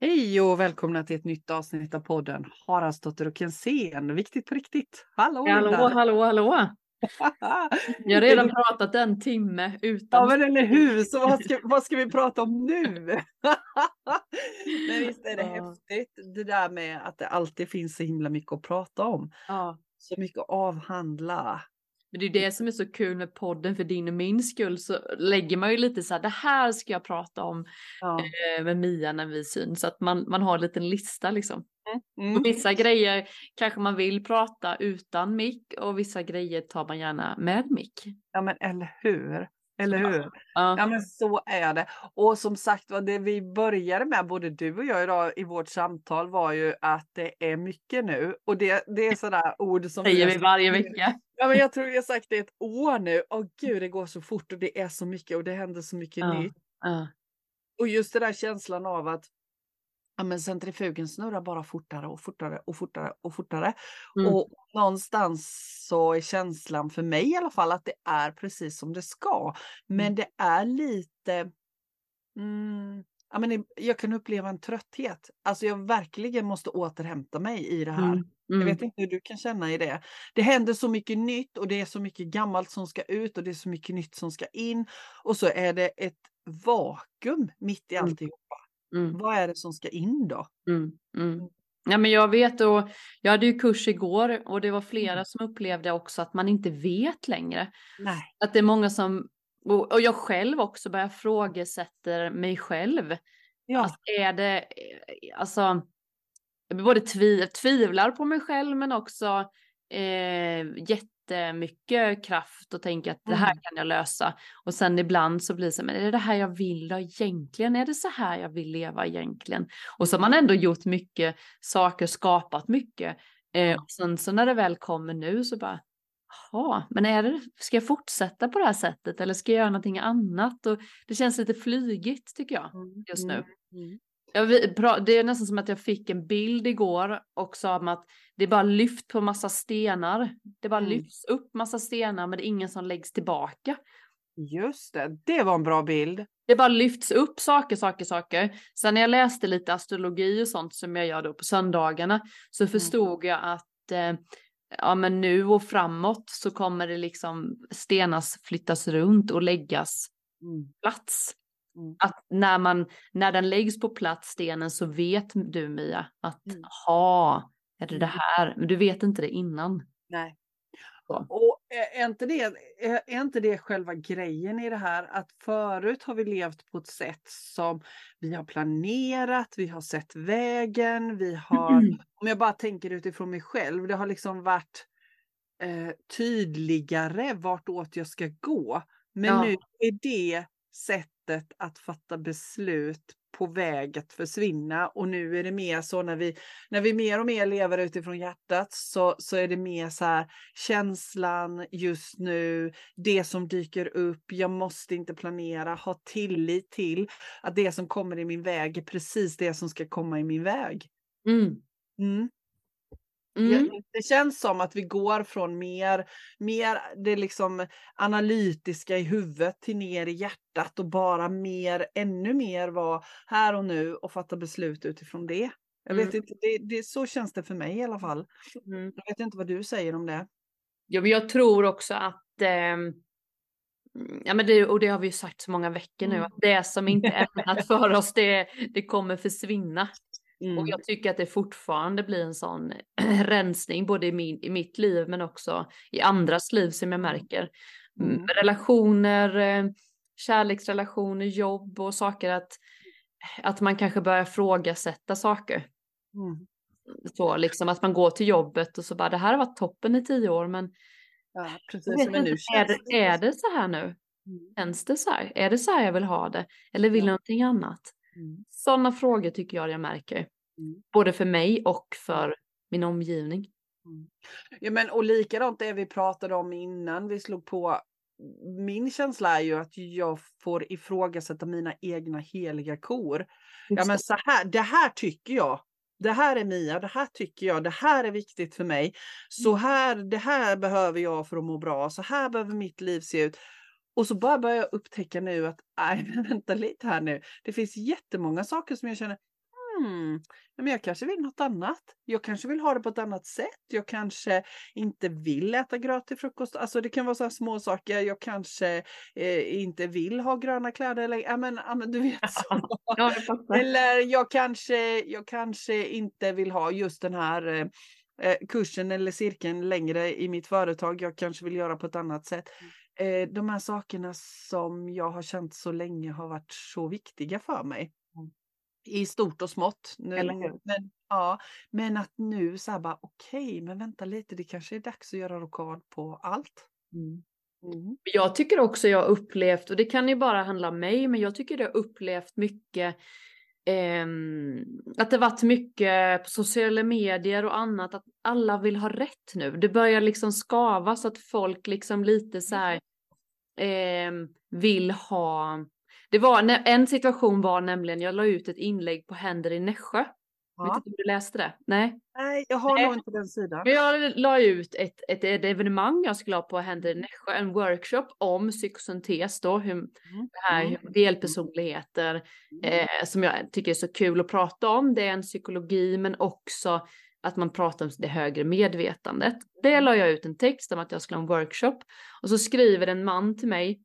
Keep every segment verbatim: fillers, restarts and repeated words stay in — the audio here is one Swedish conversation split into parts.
Hej och välkomna till ett nytt avsnitt av podden Haraldsdotter och Kensén. Viktigt på riktigt. Hallå Hallå, Linda! hallå, hallå! Jag har Är redan du... pratat en timme utan... Ja men eller hur, så vad ska, vad ska vi prata om nu? Men visst är det Ja. häftigt det där med att det alltid finns så himla mycket att prata om. Ja. Så mycket att avhandla. Men det är det som är så kul med podden, för din och min skull så lägger man ju lite så här, det här ska jag prata om Ja. eh, med Mia när vi syns. Så att man, man har en liten lista liksom. Mm. Och vissa grejer kanske man vill prata utan mick och vissa grejer tar man gärna med mick. Ja men eller hur? Eller hur? Ja. Ja men så är det. Och som sagt vad det vi började med både du och jag idag i vårt samtal var ju att det är mycket nu. Och det, det är sådär ord som Säger har vi varje vecka. Ja men jag tror vi har sagt det ett år nu. Åh gud det går så fort och det är så mycket och det händer så mycket Ja. nytt. Ja. Och just den där känslan av att ja, men centrifugen snurrar bara fortare och fortare och fortare och fortare. Mm. Och någonstans så är känslan för mig i alla fall att det är precis som det ska. Men Mm. det är lite... Mm, ja, men jag kan uppleva en trötthet. Alltså jag verkligen måste återhämta mig i det här. Mm. Jag Mm. vet inte hur du kan känna i det. Det händer så mycket nytt och det är så mycket gammalt som ska ut och det är så mycket nytt som ska in. Och så är det ett vakuum mitt i Mm. alltihopa. Mm. Vad är det som ska in då? Mm, mm. Ja, men jag vet, och jag hade ju kurs igår och det var flera Mm. som upplevde också att man inte vet längre. Nej. Att det är många som, och och jag själv också börjar frågesätta mig själv. Ja. Alltså, är det, alltså, jag både tvi, tvivlar på mig själv men också eh, jättemycket kraft och tänker att det här Mm. kan jag lösa. Och sen ibland så blir det så, men är det det här jag vill då egentligen? Är det så här jag vill leva egentligen? Och så har man ändå gjort mycket saker, skapat mycket. Eh, Ja. och sen så när det väl kommer nu så bara, jaha, men är det, ska jag fortsätta på det här sättet eller ska jag göra någonting annat? Och det känns lite flygigt tycker jag just nu. Mm. Mm. Jag, det är nästan som att jag fick en bild igår också om att det är bara lyft på massa stenar. Det bara Mm. lyfts upp massa stenar men det är ingen som läggs tillbaka. Just det, det var en bra bild. Det bara lyfts upp saker, saker, saker. Sen när jag läste lite astrologi och sånt som jag gör då på söndagarna så förstod jag att eh, ja, men nu och framåt så kommer det liksom stenas flyttas runt och läggas Mm. plats. Mm. Att när, man, när den läggs på plats, stenen, så vet du Mia att Mm. ha är det det Mm. här? Men du vet inte det innan. Nej. Så. Och är inte, det, är inte det själva grejen i det här? Att förut har vi levt på ett sätt som vi har planerat, vi har sett vägen, vi har, Mm. om jag bara tänker utifrån mig själv, det har liksom varit eh, tydligare vartåt jag ska gå. Men Ja. nu är det sättet att fatta beslut på väg att försvinna och nu är det mer så när vi, när vi mer och mer lever utifrån hjärtat så, så är det mer så här känslan just nu, det som dyker upp, jag måste inte planera, ha tillit till att det som kommer i min väg är precis det som ska komma i min väg. Mm. Mm. Mm. Ja, det känns som att vi går från mer, mer det liksom analytiska i huvudet till ner i hjärtat och bara mer, ännu mer vara här och nu och fatta beslut utifrån det. Jag vet Mm. inte, det, det, så känns det för mig i alla fall. Mm. Jag vet inte vad du säger om det. Ja, men jag tror också att eh, ja, men det, och det har vi ju sagt så många veckor nu, Mm. att det som inte är ämnat för oss, det, det kommer försvinna. Mm. Och jag tycker att det fortfarande blir en sån rensning både i, min, i mitt liv men också i andras liv som jag märker. Mm. Relationer, eh, kärleksrelationer, jobb och saker att, att man kanske börjar frågasätta saker. Mm. Så liksom att man går till jobbet och så bara det här har varit toppen i tio år men Ja, jag precis. vet Men inte, nu är, känns det, är det så här nu? Mm. Känns det så här? Är det så här jag vill ha det? Eller vill Ja. jag någonting annat? Mm. Sådana frågor tycker jag jag märker. Mm. Både för mig och för min omgivning. Mm. Ja, men och likadant det vi pratade om innan vi slog på. Min känsla är ju att jag får ifrågasätta mina egna heliga kor. Ja, men så här, det här tycker jag. Det här är Mia, det här tycker jag, det här är viktigt för mig. Så här, det här behöver jag för att må bra. Så här behöver mitt liv se ut. Och så bara börjar jag upptäcka nu att, nej, vänta lite här nu. Det finns jättemånga saker som jag känner, Hmm, men jag kanske vill något annat. Jag kanske vill ha det på ett annat sätt. Jag kanske inte vill äta gröt till frukost. Alltså det kan vara så här små saker. Jag kanske eh, inte vill ha gröna kläder. Eller, ja, men, ja, men du vet så. Ja, jag fattar. Eller jag kanske, jag kanske inte vill ha just den här eh, kursen eller cirkeln längre i mitt företag. Jag kanske vill göra på ett annat sätt. Eh, de här sakerna som jag har känt så länge har varit så viktiga för mig. Mm. I stort och smått. Nu, Eller hur? men, ja, men att nu så här bara okej, okay, men vänta lite, det kanske är dags att göra rokad på allt. Mm. Mm. Jag tycker också jag har upplevt, och det kan ju bara handla om mig, men jag tycker jag har upplevt mycket eh, att det varit mycket på sociala medier och annat, att alla vill ha rätt nu. Det börjar liksom skava så att folk liksom lite så här eh, vill ha. Det var en situation var nämligen, jag la ut ett inlägg på Händer i Nässjö. Ja. Vet inte om du läste det? Nej. Nej, jag har Nej. nog inte den sidan. Men jag la ut ett, ett, ett evenemang jag skulle ha på Händer i Nässjö, en workshop om psykosyntes då, hur, Mm. det här Mm. delpersonligheter eh, som jag tycker är så kul att prata om. Det är en psykologi, men också att man pratar om det högre medvetandet. Det la jag ut en text om att jag skulle ha en workshop, och så skriver en man till mig,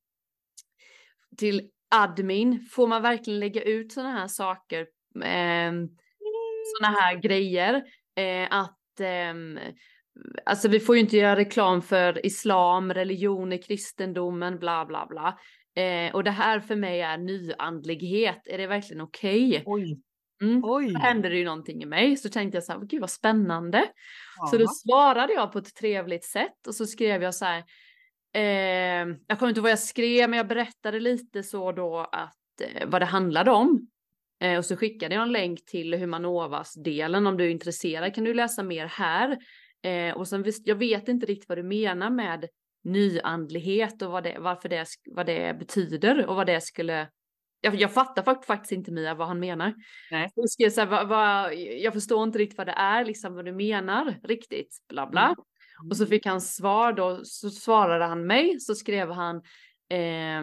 till admin, får man verkligen lägga ut sådana här saker, eh, sådana här grejer, eh, att eh, alltså vi får ju inte göra reklam för islam, religion, kristendomen, bla bla bla. Eh, och det här för mig är nyandlighet. Är det verkligen okej? Okay? Oj. Mm. Oj. Då hände det ju någonting i mig. Så tänkte jag så här, gud vad spännande. Ja. Så då svarade jag på ett trevligt sätt. Och så skrev jag så här. Eh, jag kommer inte ihåg vad jag skrev, men jag berättade lite så då att eh, vad det handlade om. Eh, och så skickade jag en länk till Humanovas delen. Om du är intresserad kan du läsa mer här. Eh, och sen visst, jag vet inte riktigt vad du menar med nyandlighet och vad det, varför det, vad det betyder och vad det skulle. Jag, jag fattar faktiskt inte, Mia, vad han menar. Nej. Jag, skrev så här, vad, vad, jag förstår inte riktigt vad det är, liksom vad du menar riktigt, bla bla. Mm. Och så fick han svar då, så svarade han mig, så skrev han eh,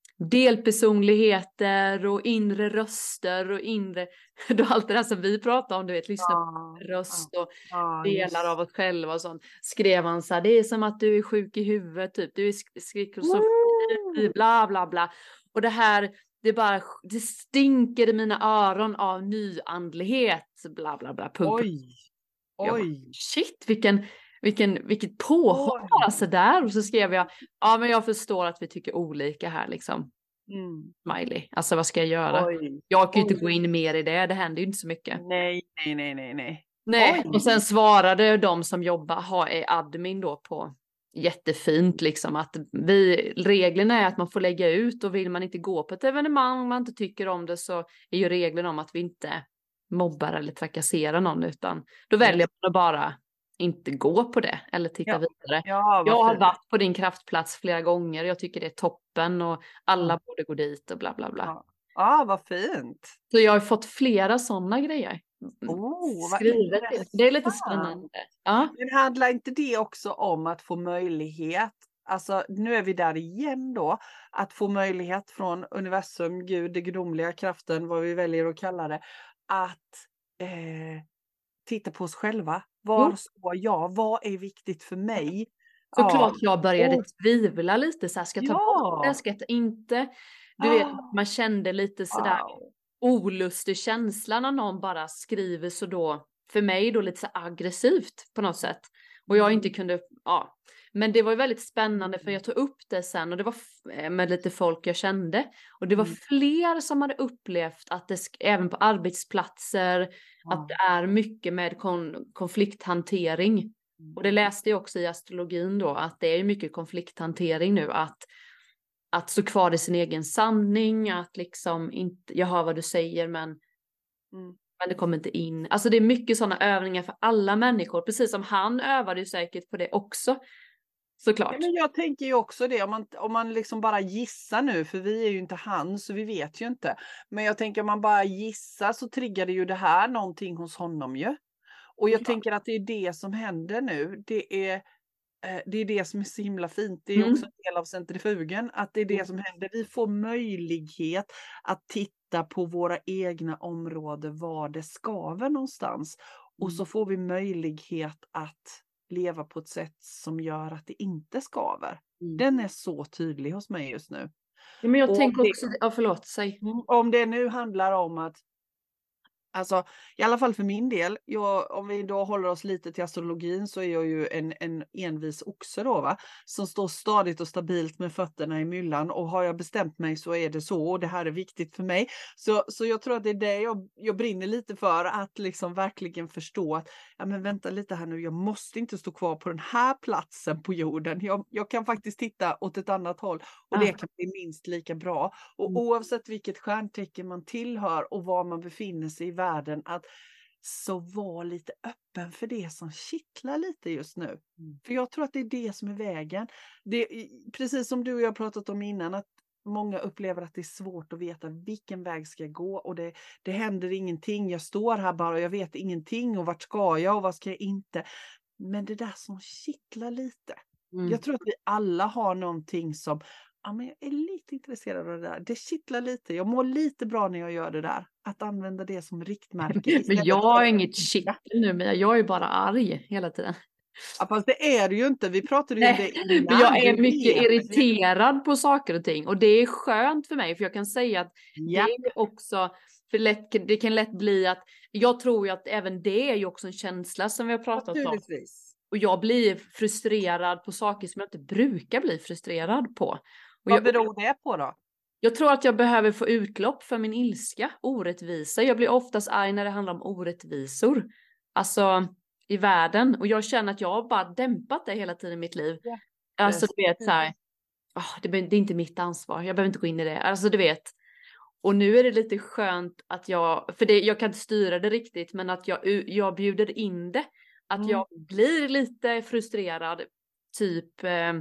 delpersonligheter och inre röster och inre, då allt det där som vi pratar om, du vet, lyssna Ja. på röst och Ja, delar just. av oss själva och sånt. Skrev han så här, det är som att du är sjuk i huvudet, typ, du är skrikosofi, bla bla bla. Och det här, det bara, det stinker i mina öron av nyandlighet, bla bla bla. Punkt. Oj. Jag bara, Oj. shit, vilken, vilken, vilket påhopp bara så där. Och så skrev jag, ja men jag förstår att vi tycker olika här liksom. Mm. Smiley, alltså vad ska jag göra? Oj. Jag kan ju Oj. inte gå in mer i det, det händer ju inte så mycket. Nej, nej, nej, nej, nej. Nej, Oj. och sen svarade de som jobbar, har är admin då på, jättefint liksom, att vi, reglerna är att man får lägga ut, och vill man inte gå på ett evenemang, om man inte tycker om det, så är ju reglerna om att vi inte mobbar eller trakasserar någon, utan då väljer man att bara inte gå på det eller titta Ja. vidare. Ja, Jag vad har fint. varit på din kraftplats flera gånger, jag tycker det är toppen och alla Ja. borde gå dit och bla bla bla. Ja. Ja, vad fint. Så jag har fått flera sådana grejer. Oh, vad Skrivet. Det är lite intressant. spännande. Ja. Men handlar inte det också om att få möjlighet, alltså nu är vi där igen då, att få möjlighet från universum, Gud, det gudomliga, kraften, vad vi väljer att kalla det, att eh, titta på oss själva. Var Jo. står jag? Vad är viktigt för mig? Såklart Ja. jag började Och- tvivla lite, så här, ska jag ta Ja. bort det, ska jag ta inte? Du Ah. vet, man kände lite sådär Wow. olustig känsla när någon bara skriver så då, för mig då lite så aggressivt på något sätt. Och jag inte kunde, ja. Men det var ju väldigt spännande, för jag tog upp det sen och det var f- med lite folk jag kände. Och det var Mm. fler som hade upplevt att det, sk- även på arbetsplatser, att det är mycket med kon- konflikthantering. Och det läste jag också i astrologin då, att det är mycket konflikthantering nu, att att stå kvar i sin egen sanning, att liksom inte, jag hör vad du säger men, Mm. men det kommer inte in. Alltså det är mycket sådana övningar för alla människor, precis som han övade ju säkert på det också. Såklart. Ja, men jag tänker ju också det, om man, om man liksom bara gissar nu, för vi är ju inte han så vi vet ju inte. Men jag tänker om man bara gissar så triggar det ju det här någonting hos honom ju. Och jag Ja. tänker att det är det som händer nu. Det är eh, det är det som är så himla fint. Det är Mm. också en del av centrifugen, att det är det som händer. Vi får möjlighet att titta titta på våra egna områden, var det skaver någonstans. Och Mm. så får vi möjlighet att leva på ett sätt som gör att det inte skaver. Mm. Den är så tydlig hos mig just nu. Ja, men jag Och tänker det- också, ja förlåt, säg. Mm, Om det nu handlar om att, alltså i alla fall för min del, jag, om vi då håller oss lite till astrologin, så är jag ju en, en envis oxe då, va? Som står stadigt och stabilt med fötterna i myllan, och har jag bestämt mig så är det så, och det här är viktigt för mig. Så, så jag tror att det är det jag, jag brinner lite för, att liksom verkligen förstå att, ja men vänta lite här nu, jag måste inte stå kvar på den här platsen på jorden. Jag, jag kan faktiskt titta åt ett annat håll, och Ja. det kan bli minst lika bra. Och Mm. oavsett vilket stjärntecken man tillhör och var man befinner sig i världen, att så var lite öppen för det som kittlar lite just nu. Mm. För jag tror att det är det som är vägen. Det, precis som du och jag pratat om innan, att många upplever att det är svårt att veta vilken väg ska jag gå, och det, det händer ingenting. Jag står här bara och jag vet ingenting, och vart ska jag och vad ska jag inte. Men det där som kittlar lite. Mm. Jag tror att vi alla har någonting som, ja men jag är lite intresserad av det där. Det kittlar lite. Jag mår lite bra när jag gör det där. Att använda det som riktmärke. Men istället jag för- har inget kittel nu, men jag är bara arg hela tiden. Ja, fast det är det ju inte. Vi pratade ju om Nej, det innan. Men jag är Du mycket vet. irriterad på saker och ting, och det är skönt för mig, för jag kan säga att Ja. det är också, för lätt, det kan lätt bli att, jag tror ju att även det är ju också en känsla som vi har pratat om. Naturligtvis. Och jag blir frustrerad på saker som jag inte brukar bli frustrerad på. Och Vad jag, beror det på då? jag tror att jag behöver få utlopp för min ilska, orättvisa. Jag blir oftast arg när det handlar om orättvisor. Alltså i världen. Och jag känner att jag har bara dämpat det hela tiden i mitt liv. Ja. Alltså du vet så här, oh, det, det är inte mitt ansvar. Jag behöver inte gå in i det. Alltså du vet. Och nu är det lite skönt att jag, för det, jag kan inte styra det riktigt, men att jag, jag bjuder in det. Att Mm. jag blir lite frustrerad. Typ, eh,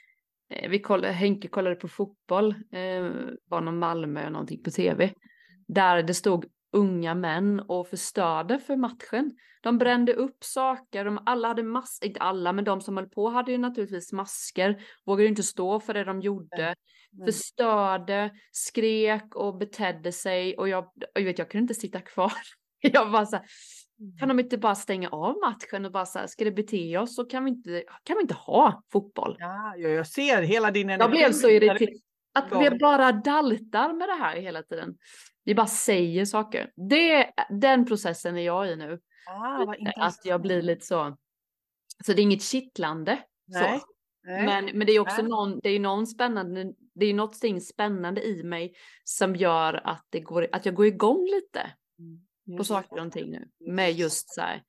vi kollade, Henke kollade på fotboll, eh, var någon Malmö någonting på tv. Där det stod unga män och förstörde för matchen. De brände upp saker, de alla hade masker, inte alla, men de som höll på hade ju naturligtvis masker. Vågade ju inte stå för det de gjorde. Mm. Förstörde, skrek och betedde sig. Och jag, och jag vet, jag kunde inte sitta kvar. Jag var så här, kan de inte bara stänga av matchen och bara så här, ska det bete oss, så kan vi inte, kan vi inte ha fotboll. Ja, jag ser hela din energi. Jag blev så irriterad. Att Ja. vi bara daltar med det här hela tiden. Vi bara säger saker. Det, den processen är jag i nu. Ah, vad Att jag blir lite så. Så det är inget kittlande. Nej. Så. Nej. Men, men det är också Nej. någon, det är någon spännande, det är någonting spännande i mig som gör att, det går, att jag går igång lite Mm. på saker och ting nu. Med just så här,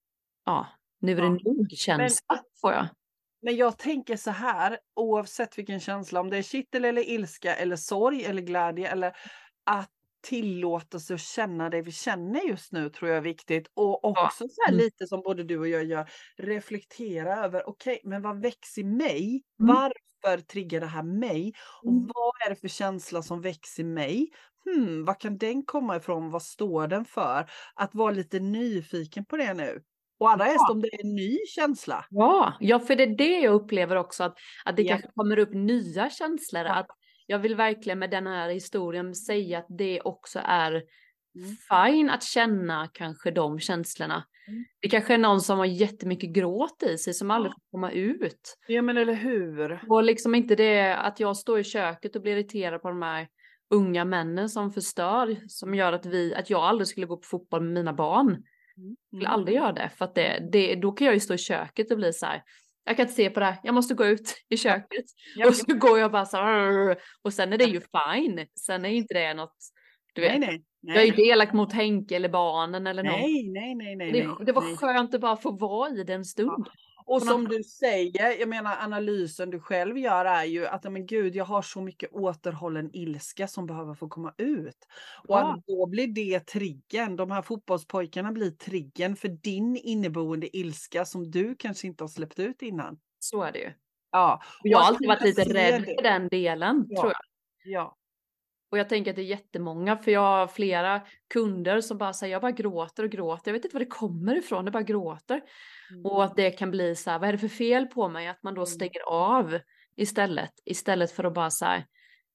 ja, nu är det Ja. nog känsla får jag. Men jag tänker så här, oavsett vilken känsla, om det är kittel eller ilska eller sorg eller glädje, eller att tillåta sig att känna det vi känner just nu, tror jag är viktigt. Och också så här Mm. lite som både du och jag gör, reflektera över, okej, okay, men vad väcks i mig? Mm. Varför triggar det här mig? Och Mm. vad är det för känsla som väcks i mig? Hmm, vad kan den komma ifrån? Vad står den för? Att vara lite nyfiken på det nu. Och allra helst Ja. om det är en ny känsla. Ja, ja, för det är det jag upplever också, att, att det Ja. kanske kommer upp nya känslor. Ja. Att jag vill verkligen med den här historien säga att det också är Mm. fine att känna kanske de känslorna. Mm. Det kanske är någon som har jättemycket gråt i sig som aldrig får komma ut. Ja, men eller hur? Och liksom inte det att jag står i köket och blir irriterad på de här unga männen som förstör, som gör att vi, att jag aldrig skulle gå på fotboll med mina barn. Mm. Jag skulle aldrig göra det, för att det, det, då kan jag ju stå i köket och bli så här, jag kan inte se på det här, jag måste gå ut i köket. Ja. Och så går jag bara så här, och sen är det ju fine. Sen är inte det något, du vet. Nej, nej. nej. Jag är inte elak mot Henke eller barnen eller något. Nej, nej, nej, nej. Det, nej, det var nej. skönt att bara få vara i den stund. Och på som något- du säger, jag menar analysen du själv gör är ju att, men gud, jag har så mycket återhållen ilska som behöver få komma ut. Och Ja. att då blir det triggen, de här fotbollspojkarna blir triggen för din inneboende ilska som du kanske inte har släppt ut innan. Så är det ju. Ja. Och jag har att alltid varit kunna lite se rädd det. för den delen, Ja. tror jag. Ja. Och jag tänker att det är jättemånga, för jag har flera kunder som bara säger, jag bara gråter och gråter. Jag vet inte var det kommer ifrån, det bara gråter. Mm. Och att det kan bli så här, vad är det för fel på mig? Att man då Mm. stänger av istället. Istället för att bara så här,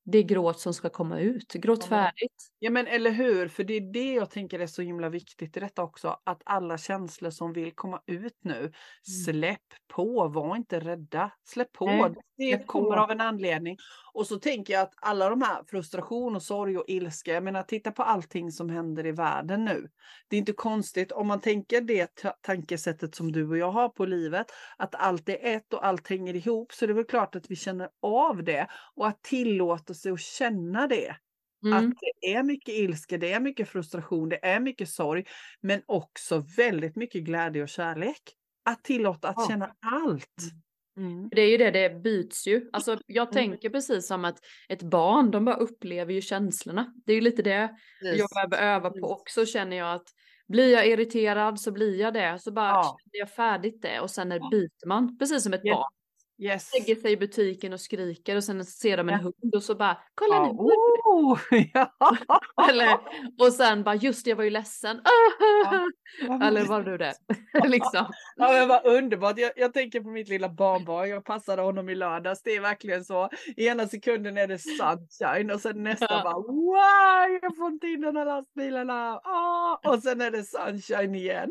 det är gråt som ska komma ut. Gråt Ja, färdigt. Ja men eller hur, för det är det jag tänker är så himla viktigt i detta också, att alla känslor som vill komma ut nu, släpp på, var inte rädda, släpp på, Nej, det släpp kommer på. av en anledning. Och så tänker jag att alla de här frustration och sorg och ilska, jag menar titta på allting som händer i världen nu. Det är inte konstigt om man tänker det ta- tankesättet som du och jag har på livet, att allt är ett och allt hänger ihop, så det är väl klart att vi känner av det och att tillåta sig att känna det. Att Mm. det är mycket ilska, det är mycket frustration, det är mycket sorg, men också väldigt mycket glädje och kärlek. Att tillåta att Ja. känna allt. Mm. Det är ju det, det byts ju. Alltså jag Mm. tänker precis som att ett barn, de bara upplever ju känslorna. Det är ju lite det Precis. jag behöver öva på Precis. också, känner jag, att blir jag irriterad så blir jag det. Så bara Ja. känner jag färdigt det och sen är Ja. byter man. Precis som ett Yes. barn. Yes. Lägger sig i butiken och skriker och sen ser de en Ja. hund och så bara, kolla Ja. nu. Oh, ja. Eller, och sen bara, just det, jag var ju ledsen. Ja. Eller var du det? liksom. Ja men vad underbart, jag, jag tänker på mitt lilla barnbarn, jag passade honom i lördags, det är verkligen så. I ena sekunden är det sunshine och sen nästa Ja. bara wow, jag får inte in de här lastbilarna. Ah, och sen är det sunshine igen.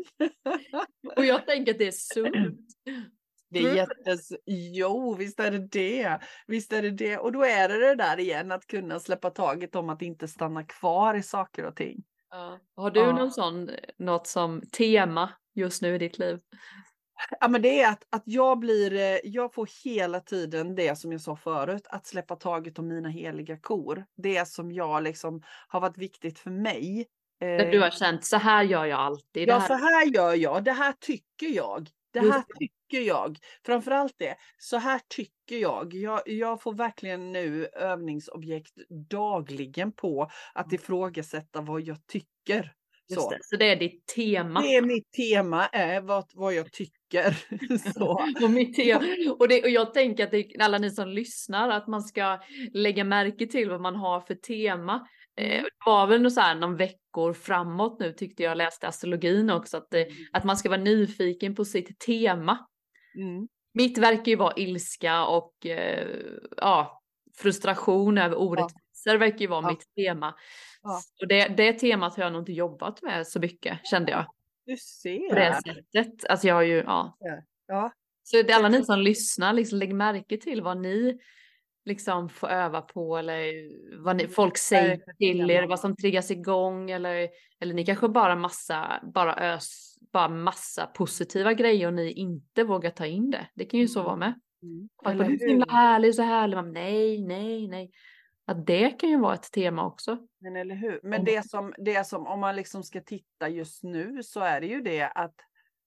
Och jag tänker att det är sunt. Det är jättes... Jo, visst är det det. Visst är det det. Och då är det det där igen, att kunna släppa taget om att inte stanna kvar i saker och ting. Ja. Har du Ja. någon sån, något som tema just nu i ditt liv? Ja, men det är att, att jag blir, eh, jag får hela tiden det som jag sa förut, att släppa taget om mina heliga kor. Det som jag liksom har varit viktigt för mig. Där du har känt, så här gör jag alltid. Det Ja, här... så här gör jag. Det här tycker jag. Det Just här tycker jag. Framförallt det. Så här tycker jag. jag. Jag får verkligen nu övningsobjekt dagligen på att ifrågasätta vad jag tycker. Just Så. det. Så det är ditt tema. Det är mitt tema, är vad, vad jag tycker. Så. och, mitt tema. Och, det, och jag tänker att det, alla ni som lyssnar, att man ska lägga märke till vad man har för tema. Mm. Eh, det var väl så här någon veckor framåt nu, tyckte jag läste astrologin också, att, eh, att man ska vara nyfiken på sitt tema. Mm. Mitt verkar ju vara ilska och eh, ja, frustration över orättvisor, ja. verkar ju vara Ja. mitt tema. Ja. Och det, det temat har jag nog inte jobbat med så mycket, kände jag. Du ser. På det sättet. Alltså jag har ju, ja. Ja. Så det är alla ni som lyssnar, liksom lägg märke till vad ni liksom får öva på, eller vad ni, folk säger till er, vad som triggas igång, eller, eller ni kanske bara massa, bara ös, bara massa positiva grejer och ni inte vågar ta in det. Det kan ju så vara med. Mm. Att det är så himla härlig, så härlig. Man, nej, nej, nej. Att det kan ju vara ett tema också. Men eller hur? Men det som, det som, om man liksom ska titta just nu, så är det ju det att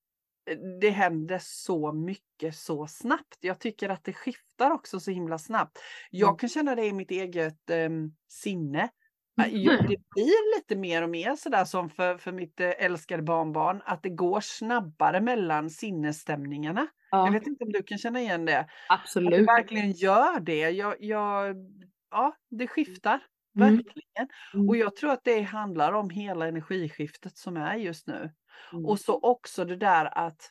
det händer så mycket så snabbt. Jag tycker att det skiftar också så himla snabbt. Jag Mm. kan känna det i mitt eget eh, sinne. Jag, det blir lite mer och mer sådär som för, för mitt eh, älskade barnbarn, att det går snabbare mellan sinnesstämningarna. Ja. Jag vet inte om du kan känna igen det. Absolut. Att det verkligen gör det. Jag, jag, ja, det skiftar. Mm. Verkligen. Mm. Och jag tror att det handlar om hela energiskiftet som är just nu. Mm. Och så också det där att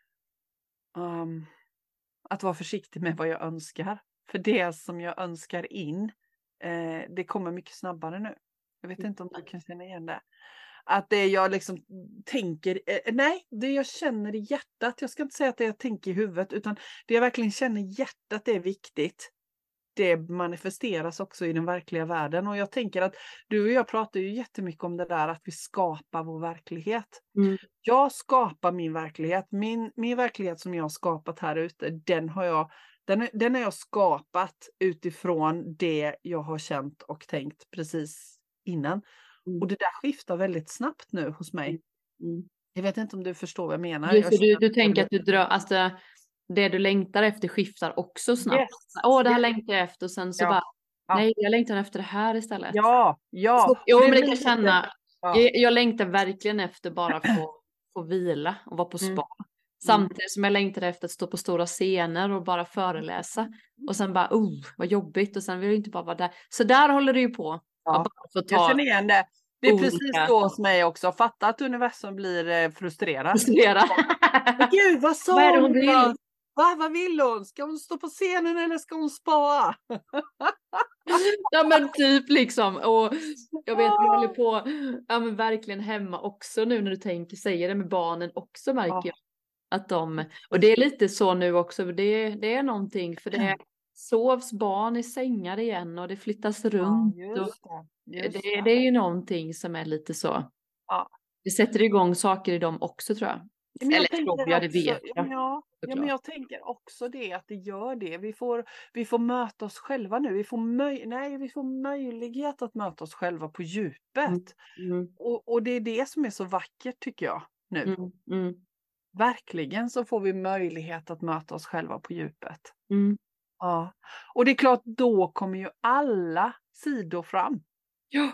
um, att vara försiktig med vad jag önskar. För det som jag önskar in, eh, det kommer mycket snabbare nu. Jag vet inte om du kan känna igen det. Att det jag liksom tänker, eh, nej, det jag känner i hjärtat, jag ska inte säga att det jag tänker i huvudet, utan det jag verkligen känner i hjärtat, det är viktigt. Det manifesteras också i den verkliga världen. Och jag tänker att du och jag pratar ju jättemycket om det där att vi skapar vår verklighet. Mm. Jag skapar min verklighet. Min, min verklighet som jag har skapat här ute, den har jag, den, den har jag skapat utifrån det jag har känt och tänkt precis innan. Mm. Och det där skiftar väldigt snabbt nu hos mig. Mm. Jag vet inte om du förstår vad jag menar. Just det, jag du, du tänker att du drar, alltså det du längtar efter skiftar också snabbt. Yes. Åh, det här Yes. längtar jag efter, och sen så Ja. bara, Ja. nej, jag längtar efter det här istället. Ja, ja. Så, jo, men det blir kan jag känna, Ja. jag, jag längtar verkligen efter bara få, få vila och vara på spa. Mm. Samtidigt som jag längtar efter att stå på stora scener och bara föreläsa. Och sen bara, oh, vad jobbigt. Och sen vill jag inte bara vara där. Så där håller det ju på. Ja. Att bara få Jag ta känner igen det. Det är olika- precis så hos mig också. Fatta att universum blir eh, frustrerad. frustrera. Men gud, vad sa Vad är det hon hon? vill? Va, vad vill hon? Ska hon stå på scenen eller ska hon spara? Ja men typ liksom. Och jag vet vi håller på, ja men verkligen hemma också nu när du tänker, säger det med barnen också märker jag. Att de, och det är lite så nu också, det, det är någonting för det sovs barn i sängar igen och det flyttas runt. Ja, just det, just det, det. det är ju någonting som är lite så. Ja. Det sätter igång saker i dem också tror jag. Men jag Eller tänker tror jag, det också, vet jag. ja, ja, men jag tänker också det att det gör det. Vi får, vi får möta oss själva nu. Vi får, möj, nej, vi får möjlighet att möta oss själva på djupet. Mm. Mm. Och, och det är det som är så vackert tycker jag nu. Mm. Mm. Verkligen så får vi möjlighet att möta oss själva på djupet. Mm. Ja. Och det är klart, då kommer ju alla sidor fram. Ja.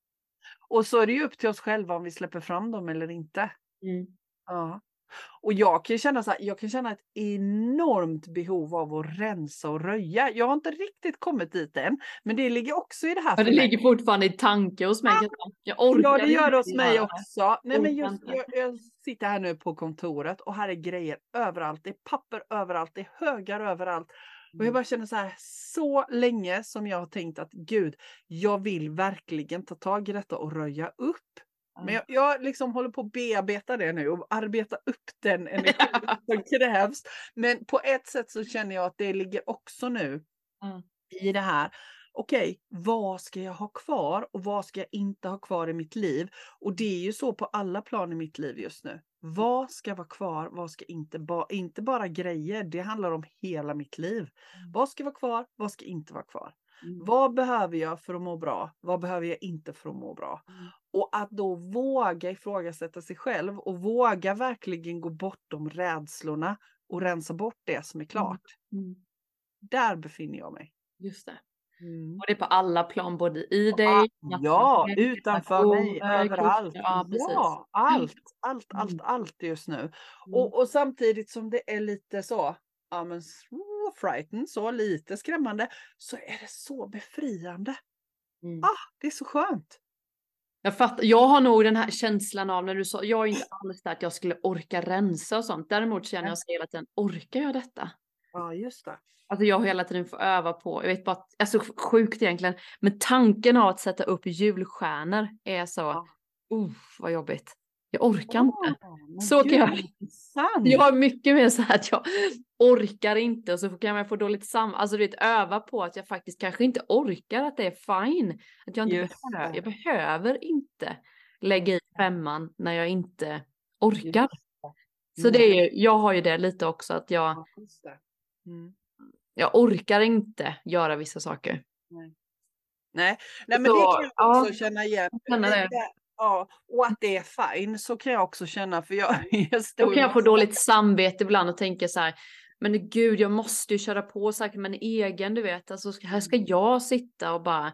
Och så är det ju upp till oss själva om vi släpper fram dem eller inte. Mm. Ja. Och jag kan känna så här, jag kan känna ett enormt behov av att rensa och röja. Jag har inte riktigt kommit dit än, men det ligger också i det här. Ja, det för mig. ligger fortfarande i tanke hos mig. Jag orkar Ja, det gör det hos inte mig göra också. Nej, men just, inte. jag, jag sitter här nu på kontoret och här är grejer överallt. Det är papper överallt, det är högar överallt. Och jag bara känner så här, så länge som jag har tänkt att gud, jag vill verkligen ta tag i detta och röja upp. Men jag, jag liksom håller på att bearbeta det nu och arbeta upp den energi som krävs. Men på ett sätt så känner jag att det ligger också nu Mm. i det här. Okej, vad ska jag ha kvar och vad ska jag inte ha kvar i mitt liv? Och det är ju så på alla plan i mitt liv just nu. Vad ska vara kvar? Vad ska inte vara? Inte bara grejer, det handlar om hela mitt liv. Mm. Vad ska vara kvar? Vad ska inte vara kvar? Mm. Vad behöver jag för att må bra? Vad behöver jag inte för att må bra? Mm. Och att då våga ifrågasätta sig själv och våga verkligen gå bortom rädslorna och rensa bort det som är klart. Mm. Där befinner jag mig. Just det. Mm. Och det är på alla plan, både i dig, Ah, ja, utanför mig, överallt. Ja, precis. Ja, allt, allt, allt, Mm. allt just nu. Mm. Och, och samtidigt som det är lite så, ja men så frightened, så lite skrämmande, så är det så befriande. Mm. Ah, det är så skönt. Jag fattar, jag har nog den här känslan av när du sa, jag är inte alls där att jag skulle orka rensa och sånt. Däremot känner jag så hela tiden, orkar jag detta? Ja, just det. Alltså jag har hela tiden får öva på, jag vet bara att, alltså sjukt egentligen, men tanken av att sätta upp julstjärnor är så, Ja. uh, vad jobbigt. Jag orkar Åh, inte. men Så gud, kan jag, vad intressant. jag har mycket mer så här att jag orkar inte och så kan jag få dåligt sam, alltså du vet öva på att jag faktiskt kanske inte orkar, att det är fine. Att jag inte Just behöver, det. jag behöver inte lägga i femman när jag inte orkar. Just det. Så det är ju, jag har ju det lite också att jag, Ja, just det. Mm. jag orkar inte göra vissa saker. Nej. Nej, Nej men Så, det kan jag också ja, känna igen. känna det. Det- Ja, och att det är fine, så kan jag också känna, för jag, jag står Då kan jag få dåligt samvete ibland och tänka så här, men gud, jag måste ju köra på säkert med en egen, du vet. Alltså, här ska jag sitta och bara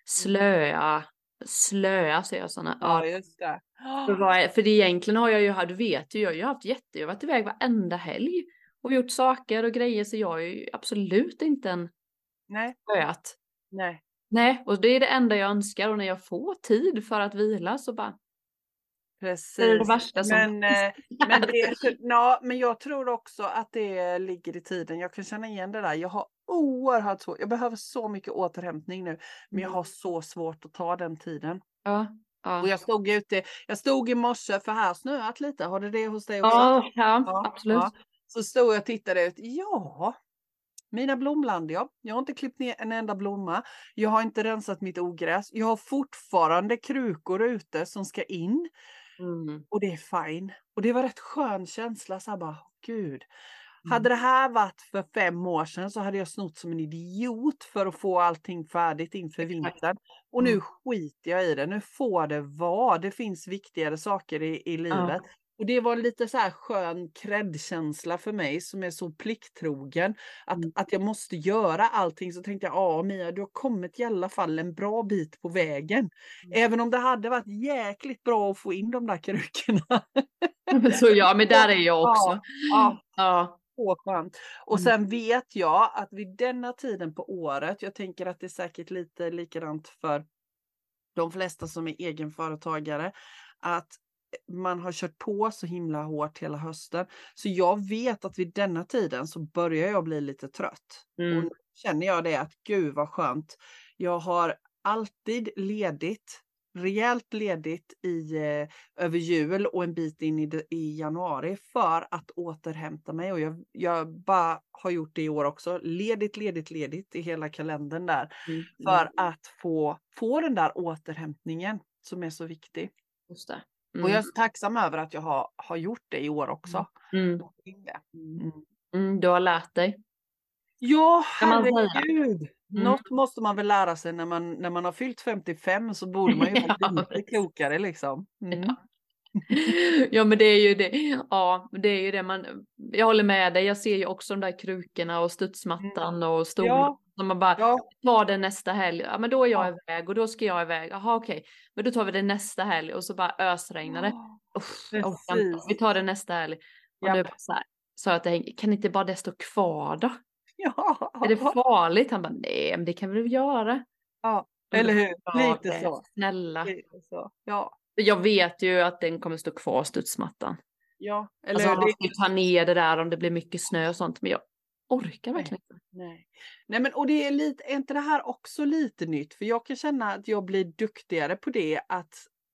slöa, slöa, säger jag sådana. Ja, just det. För, vad är, för det egentligen har jag ju, du vet ju, jag har ju haft jätte, jag har varit iväg varenda helg och gjort saker och grejer, så jag är ju absolut inte en Nej, slöat. nej. Nej, och det är det enda jag önskar, och när jag får tid för att vila så bara, Precis. det är det värsta som men, eh, men, det, ja, men jag tror också att det ligger i tiden. Jag kan känna igen det där. Jag har oerhört svårt. Jag behöver så mycket återhämtning nu. Men jag har så svårt att ta den tiden. Ja, ja. Och jag stod ute. Jag stod i morse, för här snöat lite. Har det det hos dig också? Ja, ja, Ja, absolut. ja. Så stod jag och tittade ut. Ja, mina blomland, ja. Jag har inte klippt ner en enda blomma. Jag har inte rensat mitt ogräs. Jag har fortfarande krukor ute som ska in. Mm. Och det är fine. Och det var rätt skön känsla. Så här bara, gud. Mm. Hade det här varit för fem år sedan så hade jag snott som en idiot för att få allting färdigt inför Exakt. vintern. Och nu Mm. skiter jag i det. Nu får det vara. Det finns viktigare saker i, i livet. Ja. Och det var lite så här skön kreddkänsla för mig som är så plikttrogen. Att, Mm. att jag måste göra allting. Så tänkte jag, ja Mia, du har kommit i alla fall en bra bit på vägen. Mm. Även om det hade varit jäkligt bra att få in de där krukorna. Så ja, men där är jag också. Ja, ja. Ja. Så skönt. Och Mm. sen vet jag att vid denna tiden på året, jag tänker att det är säkert lite likadant för de flesta som är egenföretagare, att man har kört på så himla hårt hela hösten. Så jag vet att vid denna tiden så börjar jag bli lite trött. Mm. Och nu känner jag det att gud vad skönt. Jag har alltid ledigt, rejält ledigt i, eh, över jul och en bit in i, de, i januari för att återhämta mig. Och jag, jag bara har gjort det i år också. Ledigt, ledigt, ledigt i hela kalendern där. Mm. För att få, få den där återhämtningen som är så viktig. Just det. Mm. Och jag är så tacksam över att jag har, har gjort det i år också. Mm. Mm. Mm, du har lärt dig. Ja, Kan man säga. herregud. Mm. Något måste man väl lära sig när man, när man har fyllt femtiofem, så borde man ju vara Ja, lite precis. klokare liksom. Mm. Ja. Ja, men det är ju det. Ja, det är ju det man, jag håller med dig. Jag ser ju också de där krukorna och studsmattan och stolen. Ja. Så man bara, Ja. ta det nästa helg. Ja, men då är jag Ja. iväg och då ska jag iväg. Jaha, okej. Okay. Men då tar vi det nästa helg och så bara ösregnar det. Ja, Uff, jag orkar inte. precis. Vi tar det nästa helg. Och Ja. nu bara så här, så att det hänger, kan inte bara det stå kvar då? Ja. Är det farligt? Han bara, nej, men det kan vi väl göra. Ja, eller hur? Ja, Lite det, så. snälla. Lite så. Ja. Jag vet ju att den kommer stå kvar, studsmattan. Ja, eller Alltså hur? man Det- ska ju ta ner det där om det blir mycket snö och sånt. Men jag orkar verkligen inte. Nej. Nej, men och det är lite, är inte det här också lite nytt? För jag kan känna att jag blir duktigare på det, att,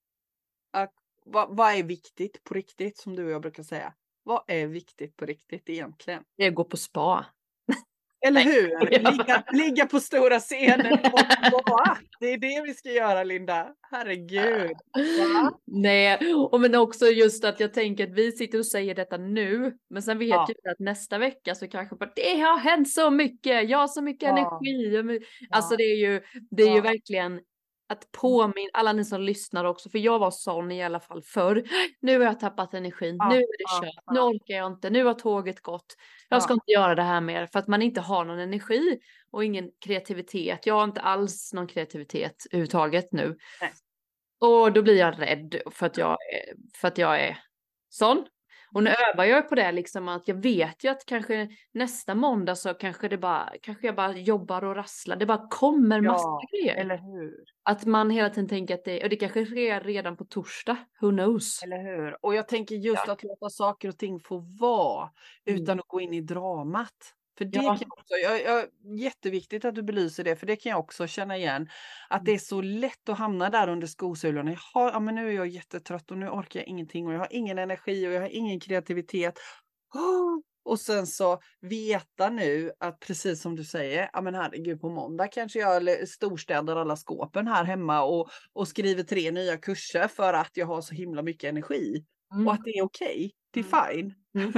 att vad, vad är viktigt på riktigt, som du och jag brukar säga. Vad är viktigt på riktigt egentligen? Det är att gå på spa. Eller Nej. hur? Ligga, ligga på stora scenen och bara. Det är det vi ska göra, Linda. Herregud. Va? Nej, och men också just att jag tänker att vi sitter och säger detta nu, men sen vet Ja. ju att nästa vecka så kanske bara, det har hänt så mycket, jag har så mycket Ja. energi. och my- Ja. Alltså det är ju, det är ju Ja. verkligen att påminna alla ni som lyssnar också, för jag var sån i alla fall förr. Nu har jag tappat energin, Ja, nu är det ja, kört, ja. nu orkar jag inte, nu har tåget gått. Jag ska Ja. inte göra det här mer för att man inte har någon energi och ingen kreativitet. Jag har inte alls någon kreativitet överhuvudtaget nu. Nej. Och då blir jag rädd för att jag är, för att jag är sån. Och nu övar jag på det liksom, att jag vet ju att kanske nästa måndag så kanske det bara, kanske jag bara jobbar och rasslar. Det bara kommer massa Ja, grejer. eller hur? Att man hela tiden tänker att det, och det kanske sker redan på torsdag. Who knows? Eller hur? Och jag tänker just Ja. att låta saker och ting få vara Mm. utan att gå in i dramat. För det Ja. kan jag också, jag, jag, jätteviktigt att du belyser det, för det kan jag också känna igen. Att det är så lätt att hamna där under skosulorna. Jaha, ja, men nu är jag jättetrött och nu orkar jag ingenting och jag har ingen energi och jag har ingen kreativitet. Oh! Och sen så veta nu att precis som du säger, ja men herregud, på måndag kanske jag storstädar alla skåpen här hemma och, och skriver tre nya kurser för att jag har så himla mycket energi. Mm. Och att det är okej, det är fine. Mm.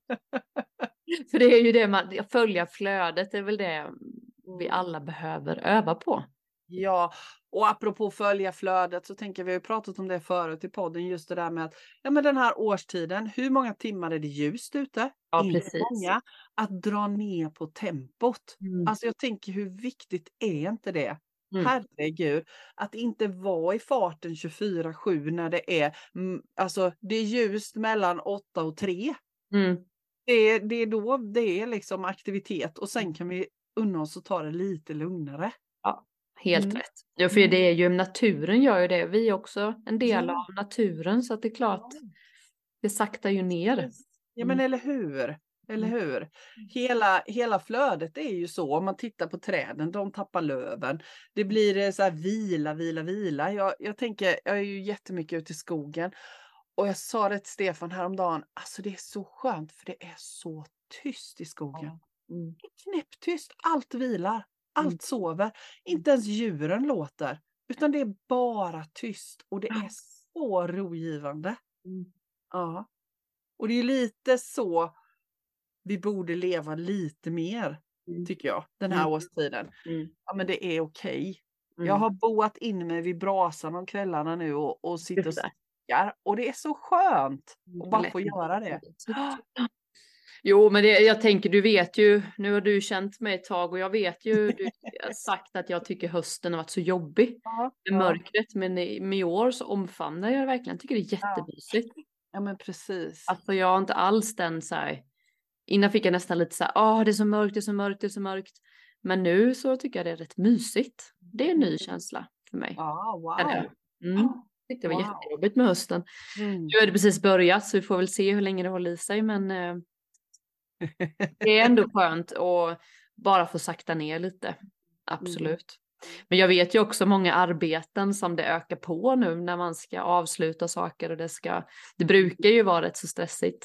För det är ju det man, följa flödet, det är väl det vi alla behöver öva på. Ja, och apropå följa flödet så tänker vi, vi har ju pratat om det förut i podden, just det där med att ja, men den här årstiden, hur många timmar är det ljust ute? Ja, Inte precis. många. Att dra ner på tempot. Mm. Alltså jag tänker, hur viktigt är inte det? Mm. Herregud, att inte vara i farten tjugofyra sju när det är, mm, alltså det är ljust mellan åtta och tre. Mm. Det är, det är då det är liksom aktivitet och sen kan vi unna oss att ta det lite lugnare. Helt Mm. rätt. Ja, för det är ju, naturen gör ju det. Vi är också en del Ja. av naturen, så att det är klart, det saktar ju ner. Ja men Mm. eller hur? Eller Mm. hur? Hela, hela flödet är ju så, om man tittar på träden, de tappar löven. Det blir eh, så här vila, vila, vila. Jag, jag tänker, jag är ju jättemycket ute i skogen. Och jag sa det till Stefan häromdagen, alltså det är så skönt för det är så tyst i skogen. Mm. Knäpptyst, allt vilar, allt Mm. sover. Inte ens djuren låter, utan det är bara tyst och det är så rogivande. Mm. Ja. Och det är lite så vi borde leva lite mer, Mm. tycker jag, den här Mm. årstiden. Mm. Ja, men det är okej. Mm. Jag har boat in mig vid brasan om kvällarna nu och, och sitter och Just det. stickar. Och det är så skönt Mm. att bara Lätt. få göra det. Jo, men det, jag tänker, du vet ju, nu har du känt mig ett tag och jag vet ju, du har sagt att jag tycker hösten har varit så jobbig Ja, med mörkret, men i, med i år så omfamnar jag det verkligen, jag tycker det är jättemysigt. ja men precis. Alltså jag har inte alls den så här, innan fick jag nästan lite så här, åh det är så mörkt, det är så mörkt, det är så mörkt. Men nu så tycker jag det är rätt mysigt. Det är en ny känsla för mig. Ja, Är wow. det? Mm. tyckte det var Wow. jättejobbigt med hösten. Mm. Nu är det precis börjat så vi får väl se hur länge det håller i sig, men eh, det är ändå skönt att bara få sakta ner lite. Absolut. Men jag vet ju också många arbeten som det ökar på nu när man ska avsluta saker och det ska, det brukar ju vara rätt så stressigt.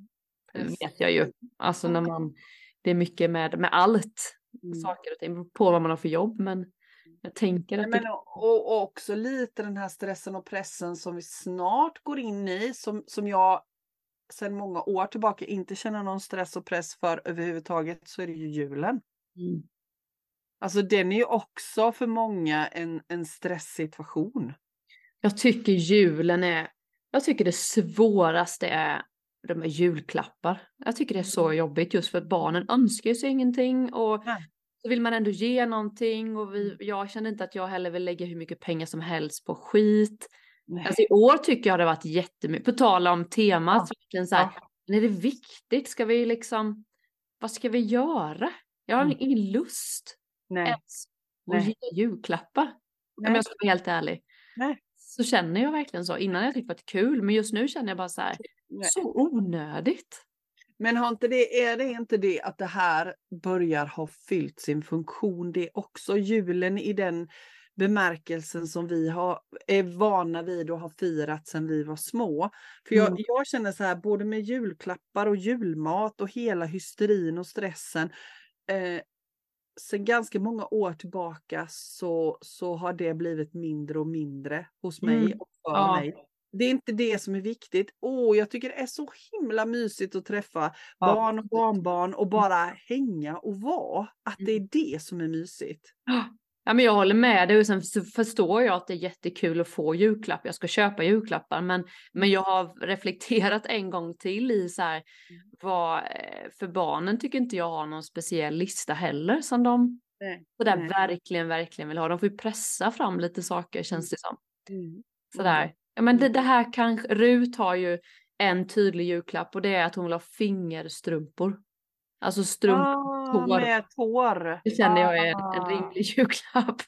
Det vet jag ju. Alltså när man, det är mycket med, med allt, Mm. saker och ting, på vad man har för jobb, men jag tänker att Men, det... och, och också lite den här stressen och pressen som vi snart går in i, som, som jag sedan många år tillbaka inte känner någon stress och press för överhuvudtaget, så är det ju julen. Mm. Alltså den är ju också för många en, en stresssituation. Jag tycker julen är, jag tycker det svåraste är de här julklappar. Jag tycker det är så jobbigt just för att barnen önskar sig ingenting och Nej. så vill man ändå ge någonting och vi, jag känner inte att jag heller vill lägga hur mycket pengar som helst på skit. Nej. Alltså i år tycker jag det har varit jättemycket, på tal om temat, Ja. så här, Ja. men är det viktigt? Ska vi liksom, vad ska vi göra? Jag har Mm. ingen lust Nej. ens att Nej. ge julklappar. Om jag ska vara helt ärlig. Nej. Så känner jag verkligen så. Innan jag tyckte det var kul, men just nu känner jag bara så här, Nej. så onödigt. Men har inte det, är det inte det att det här börjar ha fyllt sin funktion? Det är också julen i den bemärkelsen som vi har, är vana vid och har firat sedan vi var små. För jag, Mm. jag känner så här, både med julklappar och julmat och hela hysterin och stressen. Eh, sen ganska många år tillbaka så, så har det blivit mindre och mindre hos mig Mm. och för Ja. mig. Det är inte det som är viktigt. Åh, jag tycker det är så himla mysigt att träffa Ja. barn och barnbarn och bara hänga och vara. Att det är det som är mysigt. Ja, men jag håller med dig och sen så förstår jag att det är jättekul att få julklapp. Jag ska köpa julklappar, men, men jag har reflekterat en gång till i så här, vad, för barnen tycker inte jag har någon speciell lista heller som de Nej. så där Nej. verkligen, verkligen vill ha. De får ju pressa fram lite saker känns det som. Mm. Sådär. Ja, men det, det här kanske, Rut har ju en tydlig julklapp och det är att hon vill ha fingerstrumpor. Alltså strumpor. Ah, med tår. Det känner jag är en, en Ah, rimlig julklapp.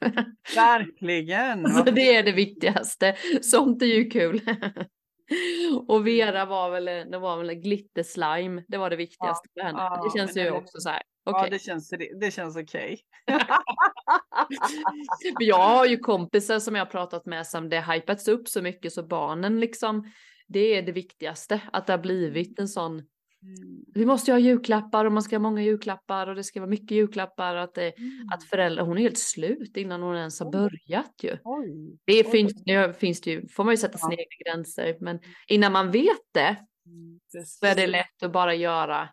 verkligen. Alltså det är det viktigaste. Sånt är ju kul. Och Vera var väl, det var väl en glitterslime. Det var det viktigaste för henne. Ja, Det känns men ju det- också så här. Ja, Okej. det känns, det känns okej. För jag har ju kompisar som jag har pratat med som det har hypats upp så mycket så barnen liksom, det är det viktigaste. Att det har blivit en sån, vi måste ju ha julklappar och man ska ha många julklappar och det ska vara mycket julklappar och att, det, att föräldrar, hon är helt slut innan hon ens har Oj. börjat ju. Oj. Det Oj. finns, det finns det ju, får man ju sätta sina Ja. egna gränser, men innan man vet det Precis. så är det lätt att bara göra.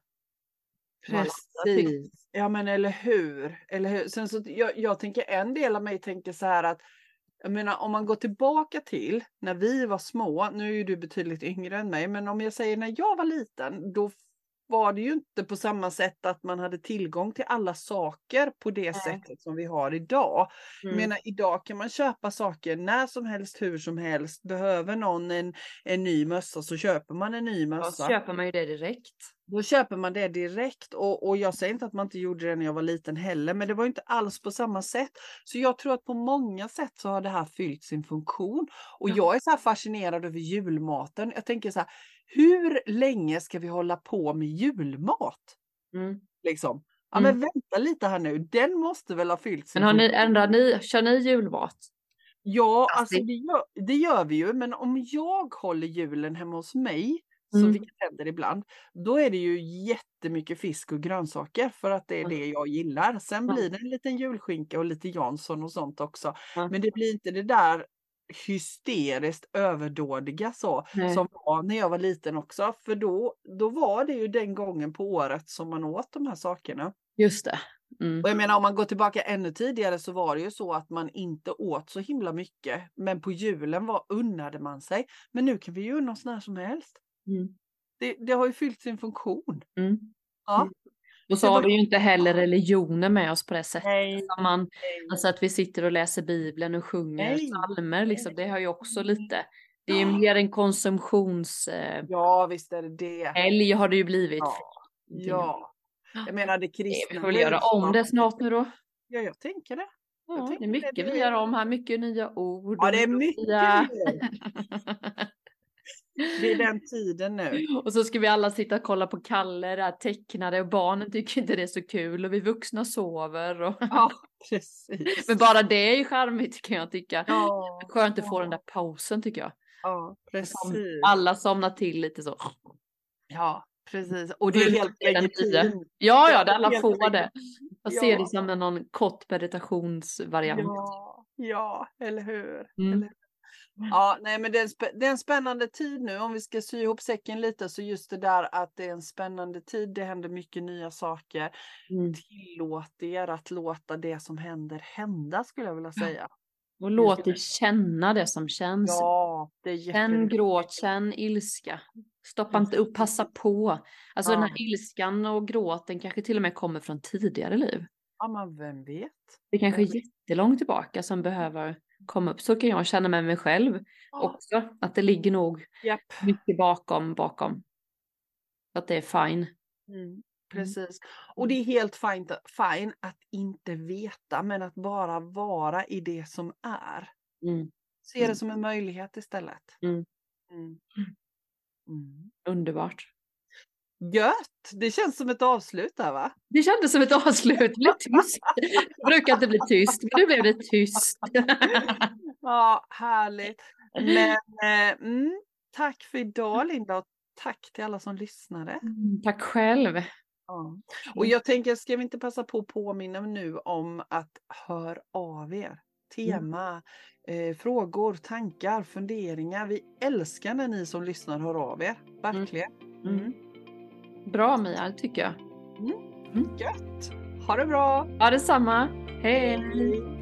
som alla andra tycker. Precis. Ja, men eller hur? Eller hur? Sen så, jag, jag tänker, en del av mig tänker så här att, jag menar, om man går tillbaka till när vi var små, nu är ju du betydligt yngre än mig, men om jag säger när jag var liten, då var det ju inte på samma sätt att man hade tillgång till alla saker på det Nej. sättet som vi har idag. Jag Mm. menar, idag kan man köpa saker när som helst, hur som helst. Behöver någon en, en ny mössa så köper man en ny Ja, mössa. så köper man ju det direkt. Då köper man det direkt och, och jag säger inte att man inte gjorde det när jag var liten heller, men det var inte alls på samma sätt. Så jag tror att på många sätt så har det här fyllt sin funktion. Och Ja. jag är så här fascinerad över julmaten. Jag tänker så här, hur länge ska vi hålla på med julmat? Mm. Liksom. Ja, Mm. men vänta lite här nu, den måste väl ha fyllt sin Men har ni, funktion. ändrar ni, kör ni julmat? Ja, Alltså, alltså det gör, det gör vi ju, men om jag håller julen hemma hos mig, Mm. så vilket händer ibland, då är det ju jättemycket fisk och grönsaker för att det är Mm. det jag gillar. Sen Mm. blir det en liten julskinka och lite Jansson och sånt också. Mm. Men det blir inte det där hysteriskt överdådiga så Nej. som var när jag var liten också. För då, då var det ju den gången på året som man åt de här sakerna. Just det. Mm. Och jag menar, om man går tillbaka ännu tidigare så var det ju så att man inte åt så himla mycket. Men på julen var, unnade man sig. Men nu kan vi ju unna oss när som helst. Mm. Det, det har ju fyllt sin funktion. Mm. Ja. Mm. Och så Det har var- vi ju inte heller religionen med oss på det sättet. Nej. Som man, alltså att vi sitter och läser Bibeln och sjunger Nej. psalmer, liksom, det har ju också lite, det är ju mer en konsumtions... Eh, Ja, visst är det det. helg har det ju blivit. Ja. Ja. Jag menar det Det, kristna. vi får väl göra om budskapet- det snart nu då. Ja, jag tänker det. Ja, det är mycket det, vi gör om här, mycket nya ord. Ja, det är mycket nya... nya... Det är den tiden nu. Och så ska vi alla sitta och kolla på Kalle, det här tecknade, och barnen tycker inte det är så kul och vi vuxna sover. Och... Ja, precis. Men bara det är ju charmigt kan jag tycka. Ja, skönt att ja. få den där pausen tycker jag. Ja, precis. Alla somnar till lite så. Ja, precis. Och det är helt legitimt. Ja, ja, det alla får det. Jag ja. ser det som en någon kort meditationsvariant. Ja, ja, eller hur? Mm. Eller hur? Ja, nej, men det är, en spä- det är en spännande tid nu. Om vi ska sy ihop säcken lite, så just det där att det är en spännande tid. Det händer mycket nya saker. Mm. Tillåt er att låta det som händer hända, skulle jag vilja säga. Och låt dig känna det som känns. Ja, det är Känn gråt, känn ilska. Stoppa inte upp, passa på. Alltså Ja. den här ilskan och gråten kanske till och med kommer från tidigare liv. Ja, men vem vet? Det kanske är Vem vet? jättelångt tillbaka som behöver komma upp. Så kan jag känna med mig själv Ja. också. Att det ligger nog Japp. mycket bakom, bakom. Att det är fine. Mm, precis. Och det är helt fine, fine att inte veta, men att bara vara i det som är. Mm. Se det som en möjlighet istället. Mm. Mm. Mm. Underbart. Gött! Det känns som ett avslut där, va? Det kändes som ett avslut. Det blev tyst. Det brukar inte bli tyst, men nu blev det tyst. Ja, härligt. Men eh, mm, tack för idag, Linda, och tack till alla som lyssnade. Mm, tack själv. Ja. Och jag tänker, ska vi inte passa på att påminna nu om att hör av er. Tema, eh, frågor, tankar, funderingar. Vi älskar när ni som lyssnar hör av er. Verkligen. Mm. Mm. Bra Mia, tycker jag. Mm. Gött! Ha det bra! Ja, detsamma. Hej! Hej.